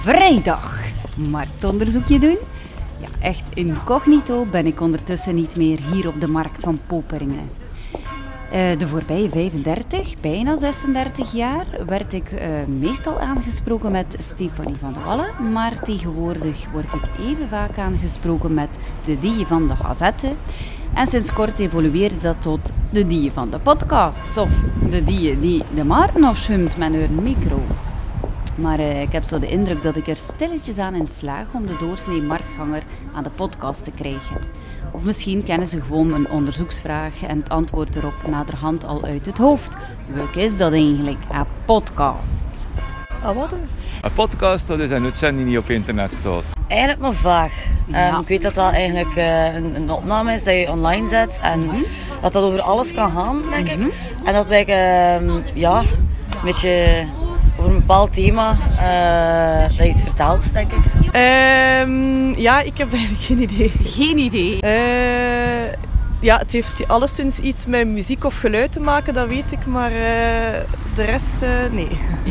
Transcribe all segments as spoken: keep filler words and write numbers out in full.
Vrijdag. Marktonderzoekje doen? Ja, echt incognito ben ik ondertussen niet meer hier op de markt van Poperingen. Uh, de voorbije vijfendertig, bijna zesendertig jaar werd ik uh, meestal aangesproken met Stefanie van de Wallen, maar tegenwoordig word ik even vaak aangesproken met de die van de Gazette. En sinds kort evolueerde dat tot de die van de podcast, of de die die de Maarten afschuimt met hun micro. Maar uh, ik heb zo de indruk dat ik er stilletjes aan in slaag om de doorsnee marktganger aan de podcast te krijgen. Of misschien kennen ze gewoon een onderzoeksvraag en het antwoord erop naderhand al uit het hoofd. Welk is dat eigenlijk? Een podcast. Ah, wat? Een podcast, dat is een uitzending die op internet staat. Eigenlijk maar vaag. Ja. Um, ik weet dat dat eigenlijk uh, een, een opname is dat je online zet en mm-hmm. dat dat over alles kan gaan, denk mm-hmm. ik. En dat ik um, ja, een beetje over een bepaald thema uh, dat je iets vertelt, denk ik. Um, ja, ik heb eigenlijk geen idee. Geen idee? Uh, ja, het heeft alleszins iets met muziek of geluid te maken, dat weet ik, maar uh, de rest, uh, nee.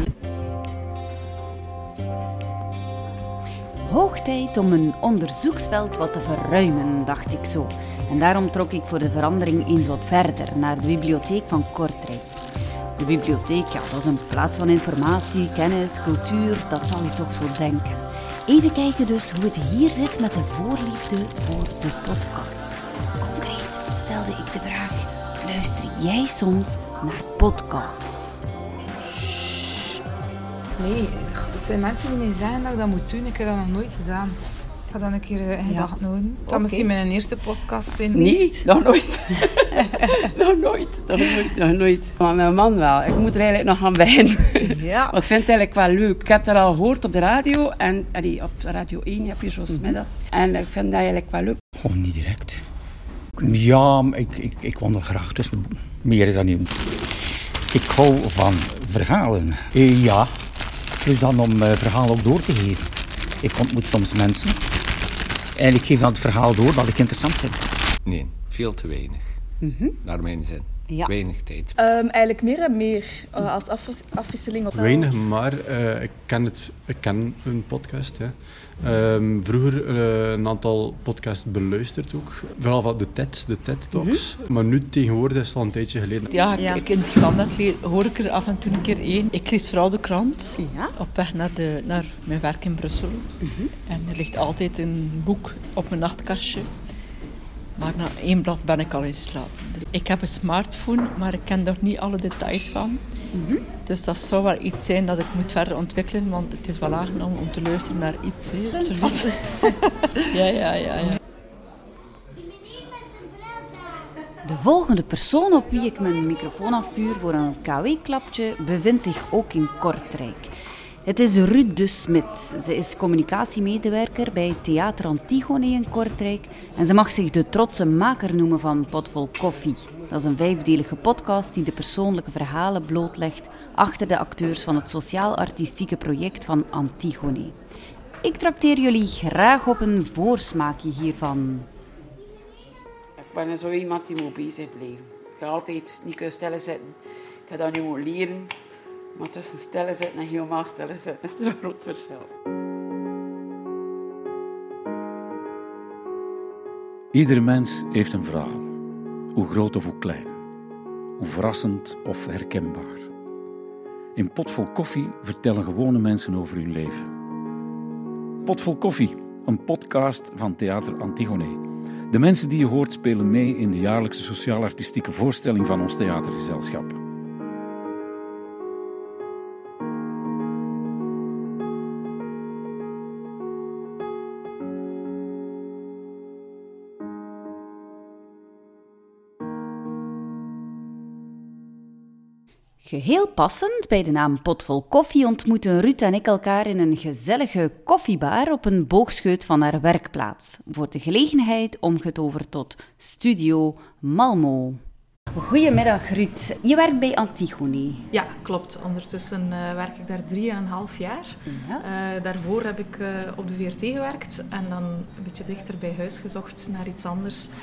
Hoog tijd om een onderzoeksveld wat te verruimen, dacht ik zo. En daarom trok ik voor de verandering eens wat verder, naar de bibliotheek van Kortrijk. De bibliotheek, ja, dat is een plaats van informatie, kennis, cultuur, dat zal je toch zo denken. Even kijken dus hoe het hier zit met de voorliefde voor de podcast. Concreet stelde ik de vraag, luister jij soms naar podcasts? Nee, het zijn mensen die mij zeggen dat ik dat moet doen. Ik heb dat nog nooit gedaan. Ik ga dat een keer in gedachten ja. houden. Het zal okay. misschien mijn eerste podcast zijn. Niet? Nog nooit. nog nooit. Nog nooit. Nog nooit. Maar mijn man wel. Ik moet er eigenlijk nog aan beginnen. Ja. Maar ik vind het eigenlijk wel leuk. Ik heb het al gehoord op de radio. En allee, op Radio één heb je zo'n mm-hmm. middags. En ik vind dat eigenlijk wel leuk. Gewoon niet direct. Ja, ik, ik, ik wandel graag tussen. Meer is dat niet. Ik hou van verhalen. E, ja. Dus dan om uh, verhalen ook door te geven. Ik ontmoet soms mensen. En ik geef dan het verhaal door dat ik interessant vind. Nee, veel te weinig. Mm-hmm. Naar mijn zin. Ja. Weinig tijd. Um, eigenlijk meer en meer. Uh, als afwis- afwisseling op... Weinig, maar uh, ik, ken het, ik ken een podcast. Hè. Um, vroeger uh, een aantal podcasts beluisterd ook. Vooral van de TED, de TED-talks. Mm-hmm. Maar nu tegenwoordig is het al een tijdje geleden. Ja, ja. Ik, in de standaard hoor ik er af en toe een keer één. Ik lees vooral de krant. Ja. Op weg naar, de, naar mijn werk in Brussel. Mm-hmm. En er ligt altijd een boek op mijn nachtkastje. Maar na één blad ben ik al in slaap. Dus ik heb een smartphone, maar ik ken er niet alle details van. Mm-hmm. Dus dat zou wel iets zijn dat ik moet verder ontwikkelen, want het is wel aangenaam om te luisteren naar iets. He, absoluut. ja, ja, ja, ja. De volgende persoon op wie ik mijn microfoon afvuur voor een K W-klapje bevindt zich ook in Kortrijk. Het is Ruud de Smit. Ze is communicatiemedewerker bij Theater Antigone in Kortrijk en ze mag zich de trotse maker noemen van Potvol Koffie. Dat is een vijfdelige podcast die de persoonlijke verhalen blootlegt achter de acteurs van het sociaal-artistieke project van Antigone. Ik trakteer jullie graag op een voorsmaakje hiervan. Ik ben zo iemand die moet bezig blijven. Ik ga altijd niet kunnen stillen zitten. Ik ga dat nu moeten leren. Maar tussen stillen zitten en helemaal stillen zitten is er een groot verschil. Ieder mens heeft een verhaal. Hoe groot of hoe klein. Hoe verrassend of herkenbaar. In Potvol Koffie vertellen gewone mensen over hun leven. Potvol Koffie, een podcast van Theater Antigone. De mensen die je hoort spelen mee in de jaarlijkse sociaal-artistieke voorstelling van ons theatergezelschap. Geheel passend, bij de naam Potvol Koffie ontmoeten Ruud en ik elkaar in een gezellige koffiebar op een boogscheut van haar werkplaats. Voor de gelegenheid omgetoverd tot Studio Malmo. Goedemiddag Ruud, je werkt bij Antigone. Ja, klopt. Ondertussen uh, werk ik daar drie en een half jaar. Ja. Uh, daarvoor heb ik uh, op de V R T gewerkt en dan een beetje dichter bij huis gezocht naar iets anders.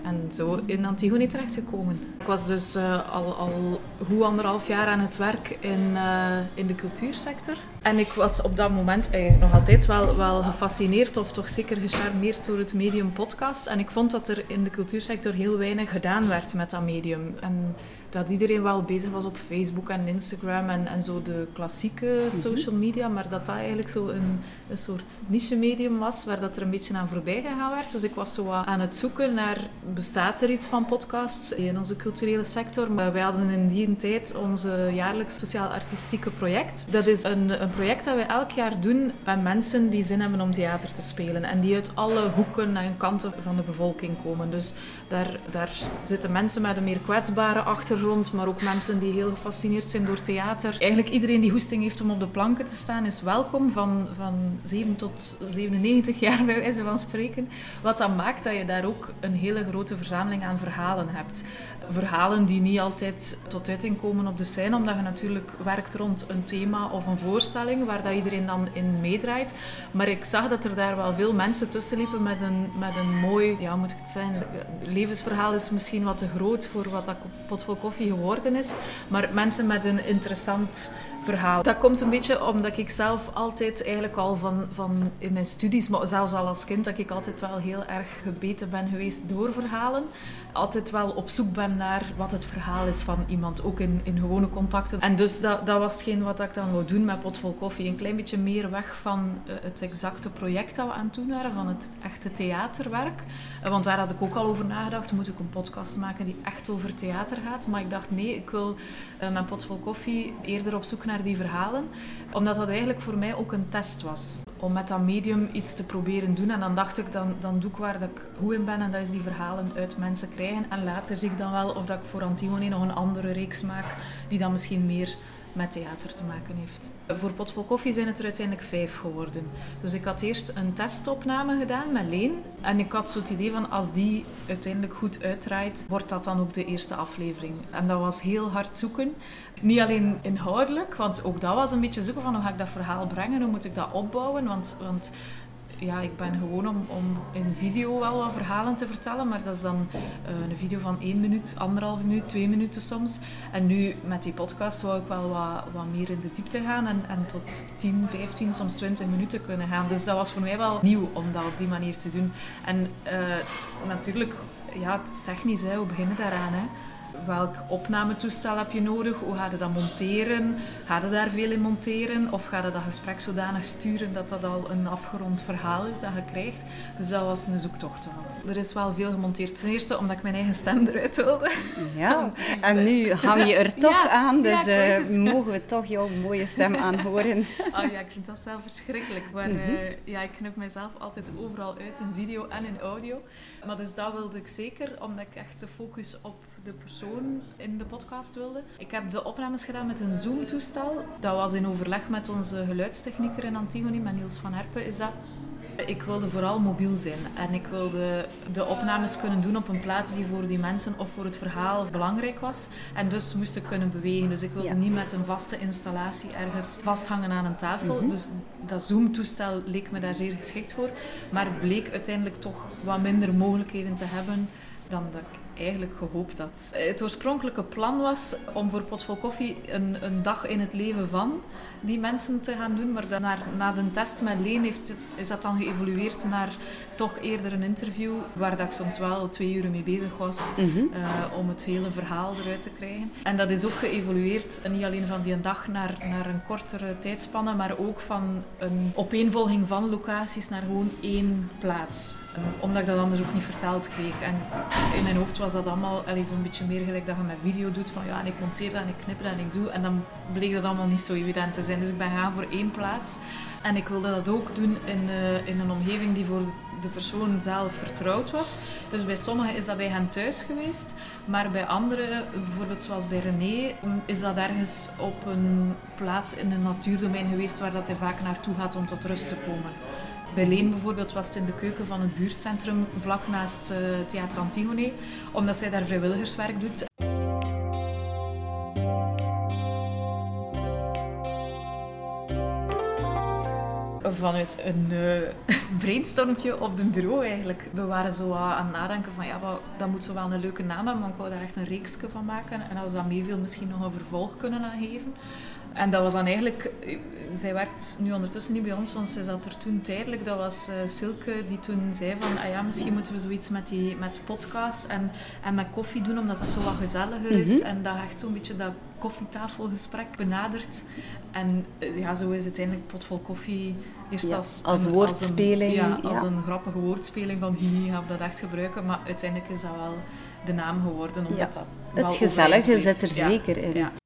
En zo in Antigone terechtgekomen. Ik was dus uh, al, al goed anderhalf jaar aan het werk in, uh, in de cultuursector. En ik was op dat moment eigenlijk nog altijd wel, wel gefascineerd of toch zeker gecharmeerd door het medium podcast. En ik vond dat er in de cultuursector heel weinig gedaan werd met dat medium. En dat iedereen wel bezig was op Facebook en Instagram en, en zo de klassieke social media, maar dat dat eigenlijk zo een, een soort niche-medium was, waar dat er een beetje aan voorbij gegaan werd. Dus ik was zo aan het zoeken naar, bestaat er iets van podcasts in onze culturele sector? Maar wij hadden in die tijd onze jaarlijks sociaal-artistieke project. Dat is een, een project dat we elk jaar doen met mensen die zin hebben om theater te spelen en die uit alle hoeken en kanten van de bevolking komen. Dus daar, daar zitten mensen met een meer kwetsbare achtergrond, maar ook mensen die heel gefascineerd zijn door theater. Eigenlijk iedereen die goesting heeft om op de planken te staan is welkom, van, van zeven tot zevenennegentig jaar bij wijze van spreken. Wat dan maakt dat je daar ook een hele grote verzameling aan verhalen hebt. Verhalen die niet altijd tot uiting komen op de scène, omdat je natuurlijk werkt rond een thema of een voorstelling waar dat iedereen dan in meedraait. Maar ik zag dat er daar wel veel mensen tussen liepen met een, met een mooi, ja, moet ik het zeggen, levensverhaal is misschien wat te groot voor wat dat pot vol koffie geworden is, maar mensen met een interessant verhaal. Dat komt een beetje omdat ik zelf altijd eigenlijk al van, van in mijn studies, maar zelfs al als kind, dat ik altijd wel heel erg gebeten ben geweest door verhalen. Altijd wel op zoek ben naar wat het verhaal is van iemand, ook in, in gewone contacten. En dus dat, dat was hetgeen wat ik dan wou doen met Pot Vol Koffie. Een klein beetje meer weg van uh, het exacte project dat we aan het doen waren, van het echte theaterwerk. Uh, want daar had ik ook al over nagedacht, moet ik een podcast maken die echt over theater gaat. Maar ik dacht, nee, ik wil uh, met Pot Vol Koffie eerder op zoek naar die verhalen. Omdat dat eigenlijk voor mij ook een test was. Om met dat medium iets te proberen doen. En dan dacht ik, dan, dan doe ik waar dat ik goed in ben. En dat is die verhalen uit mensen krijgen. En later zie ik dan wel of dat ik voor Antigone nog een andere reeks maak. Die dan misschien meer met theater te maken heeft. Voor Pot Vol Koffie zijn het er uiteindelijk vijf geworden. Dus ik had eerst een testopname gedaan met Leen. En ik had zo het idee van, als die uiteindelijk goed uitdraait, wordt dat dan ook de eerste aflevering. En dat was heel hard zoeken. Niet alleen inhoudelijk, want ook dat was een beetje zoeken van, hoe ga ik dat verhaal brengen? Hoe moet ik dat opbouwen? Want... want ja, ik ben gewoon om, om in video wel wat verhalen te vertellen, maar dat is dan uh, een video van één minuut, anderhalf minuut, twee minuten soms. En nu met die podcast wou ik wel wat, wat meer in de diepte gaan en, en tot tien, vijftien, soms twintig minuten kunnen gaan. Dus dat was voor mij wel nieuw om dat op die manier te doen. En uh, natuurlijk, ja, technisch, hè, hoe begin je daaraan? Hè? Welk opnametoestel heb je nodig? Hoe ga je dat monteren? Ga je daar veel in monteren? Of ga je dat gesprek zodanig sturen dat dat al een afgerond verhaal is dat je krijgt? Dus dat was een zoektocht wel. Er is wel veel gemonteerd. Ten eerste omdat ik mijn eigen stem eruit wilde. Ja, en nu hang je er toch ja, aan, dus ja, uh, mogen we toch jouw mooie stem aanhoren. Oh ja, ik vind dat zelf verschrikkelijk. Maar uh, ja, ik knip mezelf altijd overal uit, in video en in audio. Maar dus dat wilde ik zeker, omdat ik echt de focus op de persoon in de podcast wilde. Ik heb de opnames gedaan met een Zoom-toestel. Dat was in overleg met onze geluidstechnieker in Antigone, met Niels van Herpen is dat. Ik wilde vooral mobiel zijn en ik wilde de opnames kunnen doen op een plaats die voor die mensen of voor het verhaal belangrijk was. En dus moest ik kunnen bewegen. Dus ik wilde ja. niet met een vaste installatie ergens vasthangen aan een tafel. Mm-hmm. Dus dat Zoom-toestel leek me daar zeer geschikt voor. Maar bleek uiteindelijk toch wat minder mogelijkheden te hebben dan dat ik eigenlijk gehoopt had. Het oorspronkelijke plan was om voor Pot Vol Koffie een, een dag in het leven van die mensen te gaan doen, maar dan na, na de test met Leen heeft, is dat dan geëvolueerd naar toch eerder een interview, waar dat ik soms wel twee uur mee bezig was mm-hmm. uh, om het hele verhaal eruit te krijgen. En dat is ook geëvolueerd, niet alleen van die dag naar, naar een kortere tijdspanne, maar ook van een opeenvolging van locaties naar gewoon één plaats. Um, omdat ik dat anders ook niet verteld kreeg. En in mijn hoofd was dat allemaal allee, zo'n beetje meer gelijk dat je met video doet, van ja, en ik monteer dat en ik knip dat en ik doe. En dan bleek dat allemaal niet zo evident te zijn. Dus ik ben gaan voor één plaats. En ik wilde dat ook doen in, uh, in een omgeving die voor de persoon zelf vertrouwd was. Dus bij sommigen is dat bij hen thuis geweest. Maar bij anderen, bijvoorbeeld zoals bij René, is dat ergens op een plaats in een natuurdomein geweest waar dat hij vaak naartoe gaat om tot rust te komen. Bij Leen bijvoorbeeld was het in de keuken van het buurtcentrum vlak naast uh, Theater Antigone, omdat zij daar vrijwilligerswerk doet. vanuit een uh, brainstormpje op het bureau eigenlijk. We waren zo aan het nadenken van ja, wat, dat moet zo wel een leuke naam hebben, maar ik wou daar echt een reeksje van maken. En als dat meeviel, misschien nog een vervolg kunnen aangeven. En dat was dan eigenlijk... Zij werkt nu ondertussen niet bij ons, want zij zat er toen tijdelijk. Dat was uh, Silke die toen zei van... Ah ja, misschien moeten we zoiets met, die, met podcast en, en met koffie doen, omdat dat zo wat gezelliger is. Mm-hmm. En dat echt zo'n beetje dat koffietafelgesprek benadert. En ja, zo is uiteindelijk Potvol Koffie eerst ja, als... Als een, woordspeling. Als een, ja, als ja. een grappige woordspeling van hihi, gaan we dat echt gebruiken. Maar uiteindelijk is dat wel de naam geworden, omdat ja. dat wel het gezellige zit er ja. zeker in. Ja.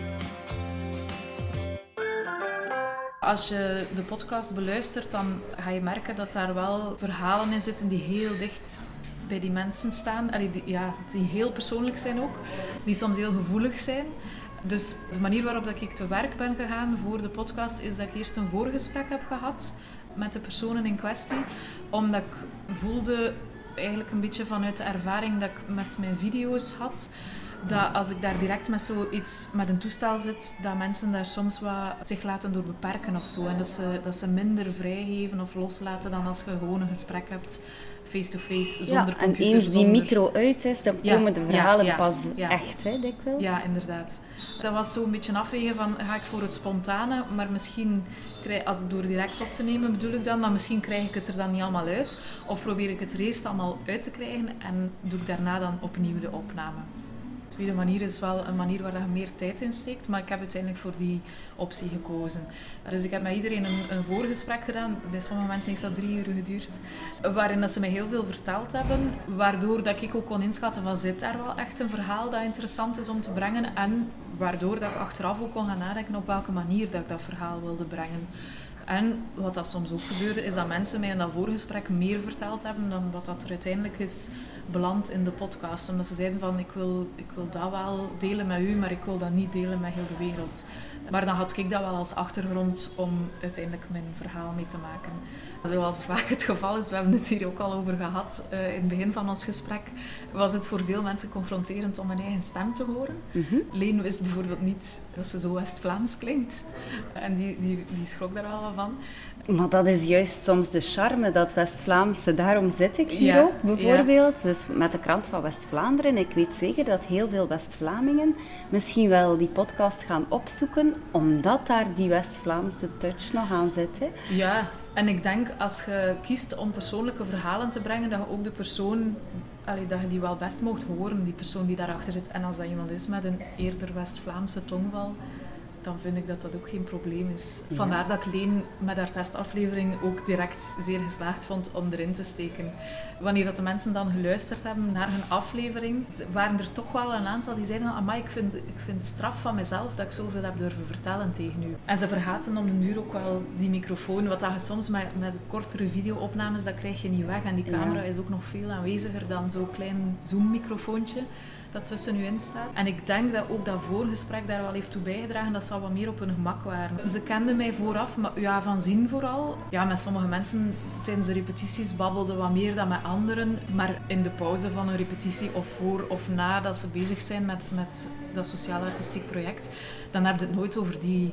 Als je de podcast beluistert, dan ga je merken dat daar wel verhalen in zitten die heel dicht bij die mensen staan. Allee, die, ja, die heel persoonlijk zijn ook. Die soms heel gevoelig zijn. Dus de manier waarop dat ik te werk ben gegaan voor de podcast is dat ik eerst een voorgesprek heb gehad met de personen in kwestie. Omdat ik voelde, eigenlijk een beetje vanuit de ervaring dat ik met mijn video's had, dat als ik daar direct met zoiets, met een toestel zit, dat mensen daar soms wat zich laten door beperken of zo. En dat ze, dat ze minder vrijgeven of loslaten dan als je gewoon een gesprek hebt, face-to-face, zonder ja, computer. En eens die zonder... micro uit is, dan ja, komen de verhalen ja, ja, pas ja. echt, hè, dikwijls. Ja, inderdaad. Dat was zo'n beetje een afwegen van, ga ik voor het spontane, maar misschien... Als door direct op te nemen bedoel ik dan, maar misschien krijg ik het er dan niet allemaal uit. Of probeer ik het er eerst allemaal uit te krijgen en doe ik daarna dan opnieuw de opname. De tweede manier is wel een manier waar je meer tijd in steekt, maar ik heb uiteindelijk voor die optie gekozen. Dus ik heb met iedereen een, een voorgesprek gedaan. Bij sommige mensen heeft dat drie uur geduurd. Waarin dat ze mij heel veel verteld hebben, waardoor dat ik ook kon inschatten van zit daar wel echt een verhaal dat interessant is om te brengen en waardoor dat ik achteraf ook kon gaan nadenken op welke manier dat ik dat verhaal wilde brengen. En wat dat soms ook gebeurde, is dat mensen mij in dat voorgesprek meer verteld hebben dan wat dat er uiteindelijk is beland in de podcast. Omdat ze zeiden van, ik wil, ik wil dat wel delen met u, maar ik wil dat niet delen met heel de wereld. Maar dan had ik dat wel als achtergrond om uiteindelijk mijn verhaal mee te maken. Zoals vaak het geval is, we hebben het hier ook al over gehad uh, in het begin van ons gesprek, was het voor veel mensen confronterend om hun eigen stem te horen. Mm-hmm. Leen wist bijvoorbeeld niet dat ze zo West-Vlaams klinkt. En die, die, die schrok daar wel van. Maar dat is juist soms de charme, dat West-Vlaamse. Daarom zit ik hier ja, ook, bijvoorbeeld. Ja. Dus met de krant van West-Vlaanderen. Ik weet zeker dat heel veel West-Vlamingen misschien wel die podcast gaan opzoeken, omdat daar die West-Vlaamse touch nog aan zit. Hè? Ja, en ik denk als je kiest om persoonlijke verhalen te brengen, dat je ook de persoon, allee, dat je die wel best mocht horen, die persoon die daarachter zit. En als dat iemand is met een eerder West-Vlaamse tongval, dan vind ik dat dat ook geen probleem is. Ja. Vandaar dat ik Leen met haar testaflevering ook direct zeer geslaagd vond om erin te steken. Wanneer dat de mensen dan geluisterd hebben naar hun aflevering, waren er toch wel een aantal die zeiden, amai, ik vind, ik vind het straf van mezelf dat ik zoveel heb durven vertellen tegen u. En ze vergaten om de duur ook wel die microfoon, wat dat je soms met, met kortere video-opnames, dat krijg je niet weg. En die camera ja. is ook nog veel aanweziger dan zo'n klein Zoom-microfoontje dat tussen u in staat. En ik denk dat ook dat voorgesprek daar wel heeft toe bijgedragen dat ze al wat meer op hun gemak waren. Ze kenden mij vooraf, maar ja, van zien vooral. Ja, met sommige mensen tijdens de repetities babbelden wat meer dan met anderen. Maar in de pauze van een repetitie of voor of na dat ze bezig zijn met, met dat sociaal-artistiek project, dan heb je het nooit over die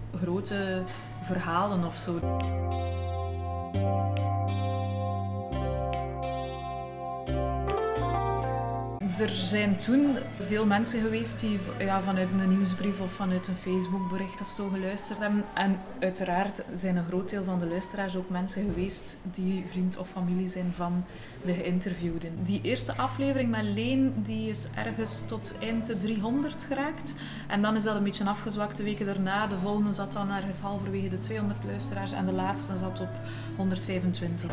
grote verhalen of zo. Er zijn toen veel mensen geweest die ja, vanuit een nieuwsbrief of vanuit een Facebookbericht of zo geluisterd hebben. En uiteraard zijn een groot deel van de luisteraars ook mensen geweest die vriend of familie zijn van de geïnterviewden. Die eerste aflevering met Leen die is ergens tot eind de driehonderd geraakt. En dan is dat een beetje afgezwakt de weken daarna. De volgende zat dan ergens halverwege de tweehonderd luisteraars en de laatste zat op honderdvijfentwintig.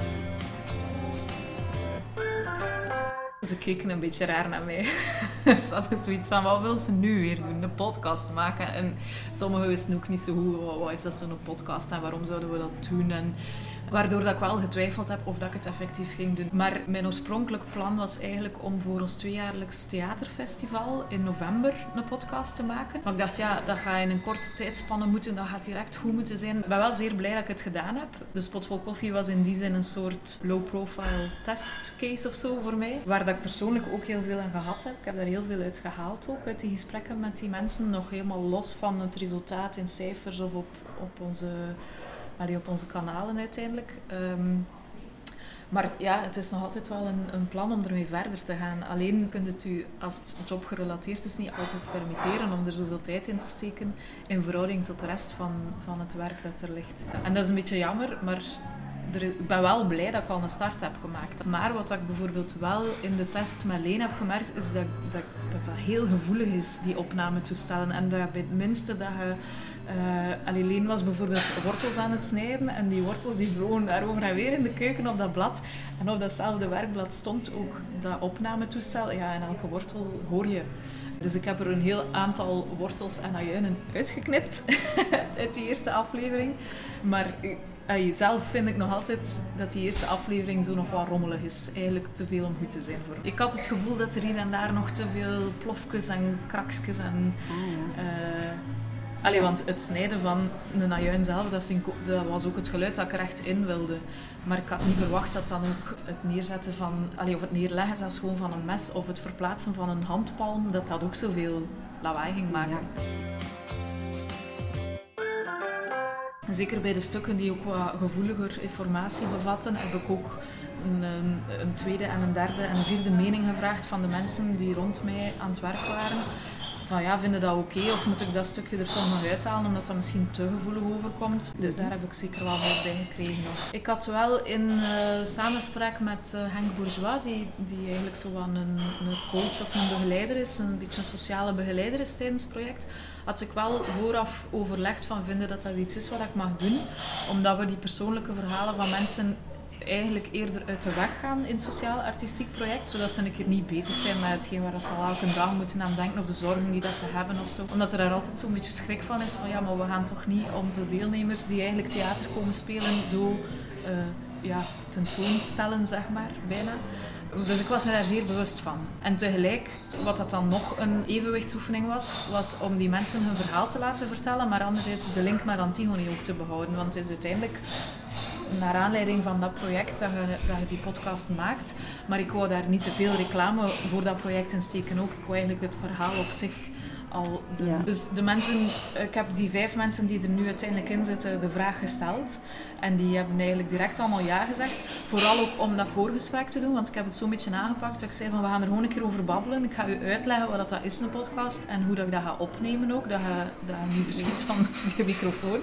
Ze keken een beetje raar naar mij. Ze hadden zoiets van, wat wil ze nu weer doen? Een podcast maken. En sommigen wisten ook niet zo goed, wat is dat zo'n podcast en waarom zouden we dat doen? En waardoor dat ik wel getwijfeld heb of dat ik het effectief ging doen. Maar mijn oorspronkelijk plan was eigenlijk om voor ons tweejaarlijks theaterfestival in november een podcast te maken. Maar ik dacht, ja, dat gaat in een korte tijdspanne moeten, dat gaat direct goed moeten zijn. Ik ben wel zeer blij dat ik het gedaan heb. Dus Potvol Koffie was in die zin een soort low-profile testcase of zo voor mij. Waar dat ik persoonlijk ook heel veel aan gehad heb. Ik heb daar heel veel uit gehaald ook, uit die gesprekken met die mensen. Nog helemaal los van het resultaat in cijfers of op, op onze allee, op onze kanalen uiteindelijk. Um, maar ja, het is nog altijd wel een, een plan om ermee verder te gaan. Alleen kunt het u, als het jobgerelateerd is, niet altijd permitteren om er zoveel tijd in te steken in verhouding tot de rest van, van het werk dat er ligt. En dat is een beetje jammer, maar er, ik ben wel blij dat ik al een start heb gemaakt. Maar wat ik bijvoorbeeld wel in de test met Leen heb gemerkt, is dat dat, dat, dat heel gevoelig is, die opnametoestellen. En dat bij het minste dat je... Uh, allee, Leen was bijvoorbeeld wortels aan het snijden en die wortels die vlogen daar over en weer in de keuken op dat blad. En op datzelfde werkblad stond ook dat opnametoestel. Ja, en elke wortel hoor je. Dus ik heb er een heel aantal wortels en ajuinen uitgeknipt uit die eerste aflevering. Maar uh, zelf vind ik nog altijd dat die eerste aflevering zo nog wat rommelig is. Eigenlijk te veel om goed te zijn voor me. Ik had het gevoel dat er hier en daar nog te veel plofjes en kraksjes en... Uh, Allee, want het snijden van een ajuin zelf, dat, vind ik ook, dat was ook het geluid dat ik er echt in wilde. Maar ik had niet verwacht dat dan ook het neerzetten van, allee, of het neerleggen zelfs gewoon van een mes of het verplaatsen van een handpalm, dat dat ook zoveel lawaai ging maken. Ja. Zeker bij de stukken die ook wat gevoeliger informatie bevatten, heb ik ook een, een tweede en een derde en een vierde mening gevraagd van de mensen die rond mij aan het werk waren. Van ja, vinden dat oké okay, of moet ik dat stukje er toch nog uithalen omdat dat misschien te gevoelig overkomt. De, daar heb ik zeker wel wat bij gekregen nog. Ik had wel in uh, samenspraak met uh, Henk Bourgeois, die, die eigenlijk zo een, een coach of een begeleider is, een beetje een sociale begeleider is tijdens het project, had ik wel vooraf overlegd van vinden dat dat iets is wat ik mag doen. Omdat we die persoonlijke verhalen van mensen eigenlijk eerder uit de weg gaan in het sociaal-artistiek project, zodat ze een keer niet bezig zijn met hetgeen waar ze al elke dag moeten aan denken of de zorgen die dat ze hebben of zo. Omdat er daar altijd zo'n beetje schrik van is van ja, maar we gaan toch niet onze deelnemers die eigenlijk theater komen spelen zo uh, ja, tentoonstellen, zeg maar, bijna. Dus ik was me daar zeer bewust van. En tegelijk, wat dat dan nog een evenwichtsoefening was, was om die mensen hun verhaal te laten vertellen, maar anderzijds de link met Antigone ook te behouden. Want het is uiteindelijk naar aanleiding van dat project dat je, dat je die podcast maakt. Maar ik wou daar niet te veel reclame voor dat project in steken ook. Ik wou eigenlijk het verhaal op zich al... De, ja. Dus de mensen... Ik heb die vijf mensen die er nu uiteindelijk in zitten de vraag gesteld. En die hebben eigenlijk direct allemaal ja gezegd. Vooral ook om dat voorgesprek te doen. Want ik heb het zo'n beetje aangepakt. Dat ik zei van, we gaan er gewoon een keer over babbelen. Ik ga u uitleggen wat dat is, een podcast. En hoe dat ik dat ga opnemen ook. Dat je, dat je niet verschiet van die microfoon.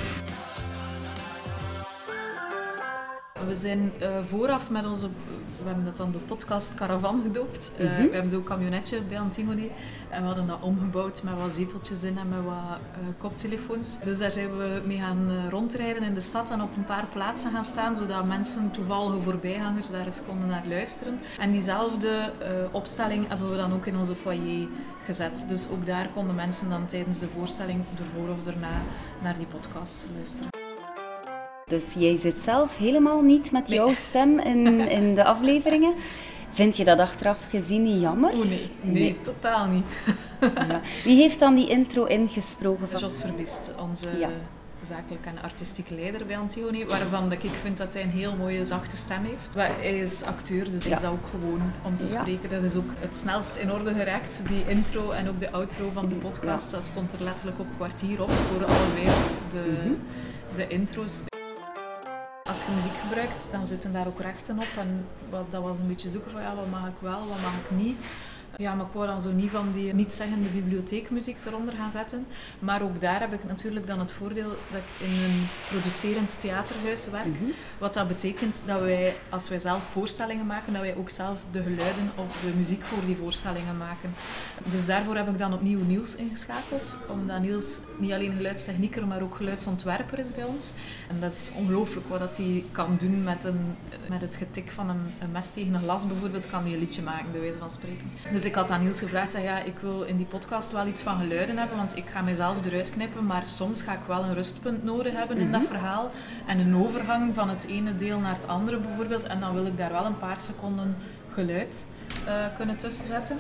We zijn uh, vooraf met onze, we hebben dat dan de podcast Caravan gedoopt. Uh, mm-hmm. We hebben zo'n camionetje bij Antigone en we hadden dat omgebouwd met wat zeteltjes in en met wat uh, koptelefoons. Dus daar zijn we mee gaan uh, rondrijden in de stad en op een paar plaatsen gaan staan, zodat mensen, toevallige voorbijgangers, daar eens konden naar luisteren. En diezelfde uh, opstelling hebben we dan ook in onze foyer gezet. Dus ook daar konden mensen dan tijdens de voorstelling, ervoor of erna, naar die podcast luisteren. Dus jij zit zelf helemaal niet met nee. jouw stem in, in de afleveringen. Vind je dat achteraf gezien niet jammer? Oh nee, nee, nee. Totaal niet. Ja. Wie heeft dan die intro ingesproken? Van... Jos Verbiest, onze ja. zakelijke en artistieke leider bij Antigone, waarvan ik vind dat hij een heel mooie zachte stem heeft. Hij is acteur, dus ja. is dat ook gewoon om te spreken. Ja. Dat is ook het snelst in orde geraakt, die intro en ook de outro van de podcast. Ja. Dat stond er letterlijk op kwartier op voor alle vijf de, mm-hmm. de intro's. Als je muziek gebruikt, dan zitten daar ook rechten op. En wat, dat was een beetje zoeken van ja, wat mag ik wel, wat mag ik niet. Ja, maar ik wou dan zo niet van die niet-zeggende bibliotheekmuziek eronder gaan zetten. Maar ook daar heb ik natuurlijk dan het voordeel dat ik in een producerend theaterhuis werk. Mm-hmm. Wat dat betekent dat wij, als wij zelf voorstellingen maken, dat wij ook zelf de geluiden of de muziek voor die voorstellingen maken. Dus daarvoor heb ik dan opnieuw Niels ingeschakeld. Omdat Niels niet alleen geluidstechnieker, maar ook geluidsontwerper is bij ons. En dat is ongelooflijk wat dat hij kan doen met, een, met het getik van een, een mes tegen een glas bijvoorbeeld, kan hij een liedje maken, bij wijze van spreken. Dus ik had aan Niels gevraagd, zeg, ja, ik wil in die podcast wel iets van geluiden hebben, want ik ga mezelf eruit knippen, maar soms ga ik wel een rustpunt nodig hebben in mm-hmm. dat verhaal. En een overgang van het ene deel naar het andere bijvoorbeeld. En dan wil ik daar wel een paar seconden geluid uh, kunnen tussenzetten.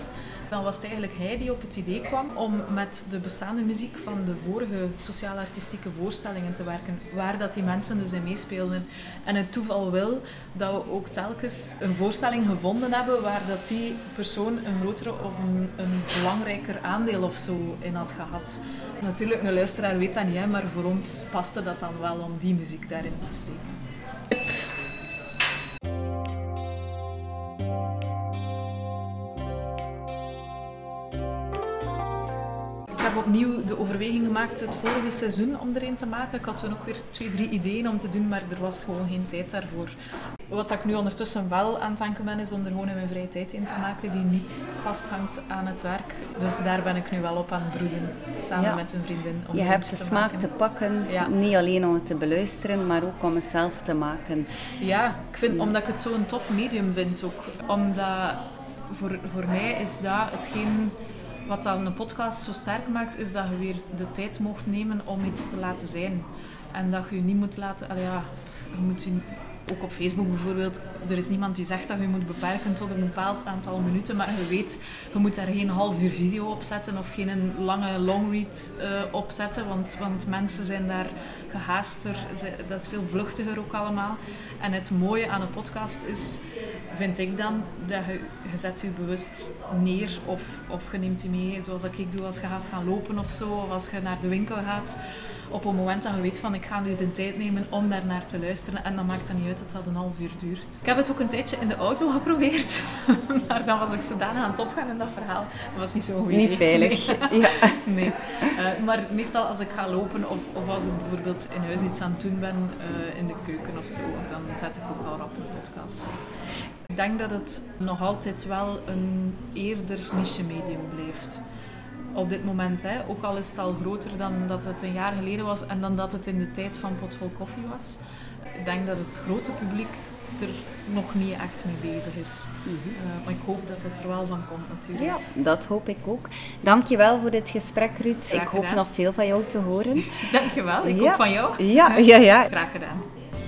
Dan was het eigenlijk hij die op het idee kwam om met de bestaande muziek van de vorige sociaal-artistieke voorstellingen te werken, waar dat die mensen dus in meespeelden. En het toeval wil dat we ook telkens een voorstelling gevonden hebben waar dat die persoon een grotere of een, een belangrijker aandeel of zo in had gehad. Natuurlijk, een luisteraar weet dat niet, hè, maar voor ons paste dat dan wel om die muziek daarin te steken. Ik heb opnieuw de overweging gemaakt het vorige seizoen om er een te maken. Ik had toen ook weer twee, drie ideeën om te doen, maar er was gewoon geen tijd daarvoor. Wat ik nu ondertussen wel aan het denken ben, is om er gewoon in mijn vrije tijd in te maken die niet vasthangt aan het werk. Dus daar ben ik nu wel op aan het broeden, samen ja. met een vriendin. Om je hebt de te smaak maken. te pakken, ja. niet alleen om het te beluisteren, maar ook om het zelf te maken. Ja, ik vind, omdat ik het zo'n tof medium vind ook. Omdat voor, voor mij is dat hetgeen wat dan een podcast zo sterk maakt, is dat je weer de tijd mocht nemen om iets te laten zijn. En dat je je niet moet laten... Allee, ja, je moet je... Ook op Facebook bijvoorbeeld, er is niemand die zegt dat je moet beperken tot een bepaald aantal minuten, maar je weet, je moet daar geen half uur video op zetten of geen lange longread uh, op zetten, want, want mensen zijn daar gehaaster, dat is veel vluchtiger ook allemaal. En het mooie aan een podcast is, vind ik dan, dat je, je zet je bewust neer of, of je neemt je mee, zoals dat ik doe als je gaat gaan lopen of zo, of als je naar de winkel gaat. Op het moment dat je weet van ik ga nu de tijd nemen om daar naar te luisteren en dan maakt het niet uit dat dat een half uur duurt. Ik heb het ook een tijdje in de auto geprobeerd, maar dan was ik zodanig aan het opgaan in dat verhaal. Dat was niet zo goed. Niet veilig. Nee. Ja. nee. Uh, maar meestal als ik ga lopen of, of als ik bijvoorbeeld in huis iets aan het doen ben, uh, in de keuken of zo, dan zet ik ook wel rap een podcast op. Ik denk dat het nog altijd wel een eerder niche medium blijft. Op dit moment, hè. Ook al is het al groter dan dat het een jaar geleden was en dan dat het in de tijd van Potvol Koffie was. Ik denk dat het grote publiek er nog niet echt mee bezig is. Mm-hmm. uh, maar ik hoop dat het er wel van komt natuurlijk. Ja, dat hoop ik ook. Dank je wel voor dit gesprek, Ruud. Graag ik hoop gedaan. nog veel van jou te horen. Dank je wel. Ik ja. ook van jou. Ja, ja, ja. Graag gedaan.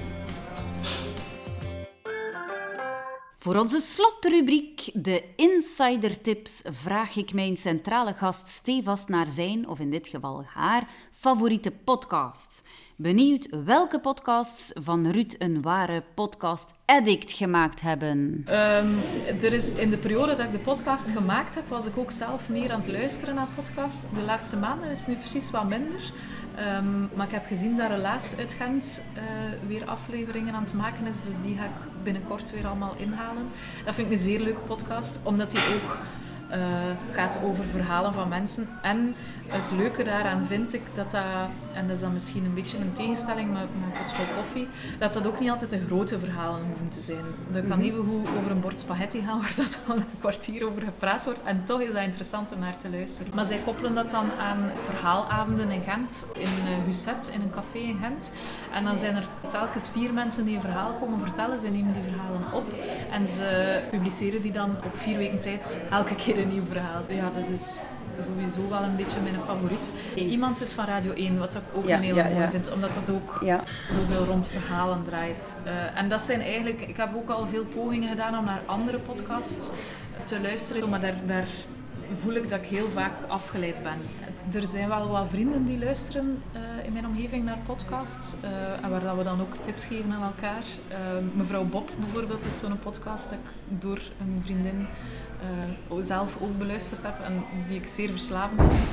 Voor onze slotrubriek, de Insider Tips, vraag ik mijn centrale gast stevast naar zijn, of in dit geval haar, favoriete podcasts. Benieuwd welke podcasts van Ruud een ware podcast-addict gemaakt hebben. Um, er is in de periode dat ik de podcast gemaakt heb, was ik ook zelf meer aan het luisteren naar podcasts. De laatste maanden is het nu precies wat minder. Um, maar ik heb gezien dat Relaas uit Gent uh, weer afleveringen aan het maken is, dus die ga ik binnenkort weer allemaal inhalen. Dat vind ik een zeer leuke podcast, omdat die ook uh, gaat over verhalen van mensen. En het leuke daaraan vind ik dat dat, en dat is dan misschien een beetje een tegenstelling met, met Potvol Koffie, dat dat ook niet altijd de grote verhalen hoeven te zijn. Dat kan even goed over een bord spaghetti gaan, waar dat dan een kwartier over gepraat wordt. En toch is dat interessant om naar te luisteren. Maar zij koppelen dat dan aan verhaalavonden in Gent, in Husset, in een café in Gent. En dan zijn er telkens vier mensen die een verhaal komen vertellen. Ze nemen die verhalen op en ze publiceren die dan op vier weken tijd elke keer een nieuw verhaal. Ja, dat is sowieso wel een beetje mijn favoriet. Iemand is van Radio één, wat ik ook ja, een hele ja, mooi ja. vind, omdat het ook ja. zoveel rond verhalen draait. Uh, en dat zijn eigenlijk, ik heb ook al veel pogingen gedaan om naar andere podcasts te luisteren, maar daar, daar voel ik dat ik heel vaak afgeleid ben. Er zijn wel wat vrienden die luisteren uh, in mijn omgeving naar podcasts, uh, en waar dat we dan ook tips geven aan elkaar. Uh, Mevrouw Bob bijvoorbeeld is zo'n podcast dat ik door een vriendin Uh, zelf ook beluisterd heb en die ik zeer verslavend vind.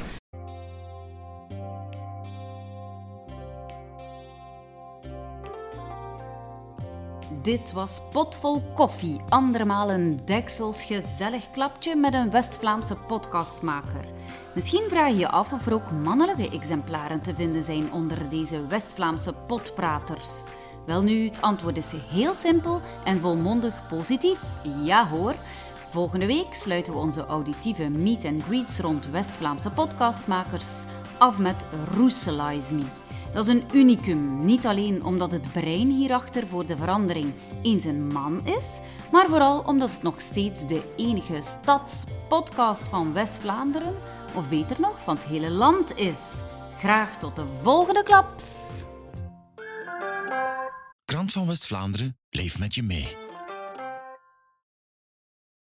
Dit was Potvol Koffie, andermaal een deksels gezellig klapje met een West-Vlaamse podcastmaker. Misschien vraag je je af of er ook mannelijke exemplaren te vinden zijn onder deze West-Vlaamse potpraters. Welnu, het antwoord is heel simpel en volmondig positief. Ja hoor. Volgende week sluiten we onze auditieve meet and greets rond West-Vlaamse podcastmakers af met Roeselize Me. Dat is een unicum, niet alleen omdat het brein hierachter voor de verandering eens een man is, maar vooral omdat het nog steeds de enige stadspodcast van West-Vlaanderen, of beter nog, van het hele land is. Graag tot de volgende klaps! Krant van West-Vlaanderen, leef met je mee.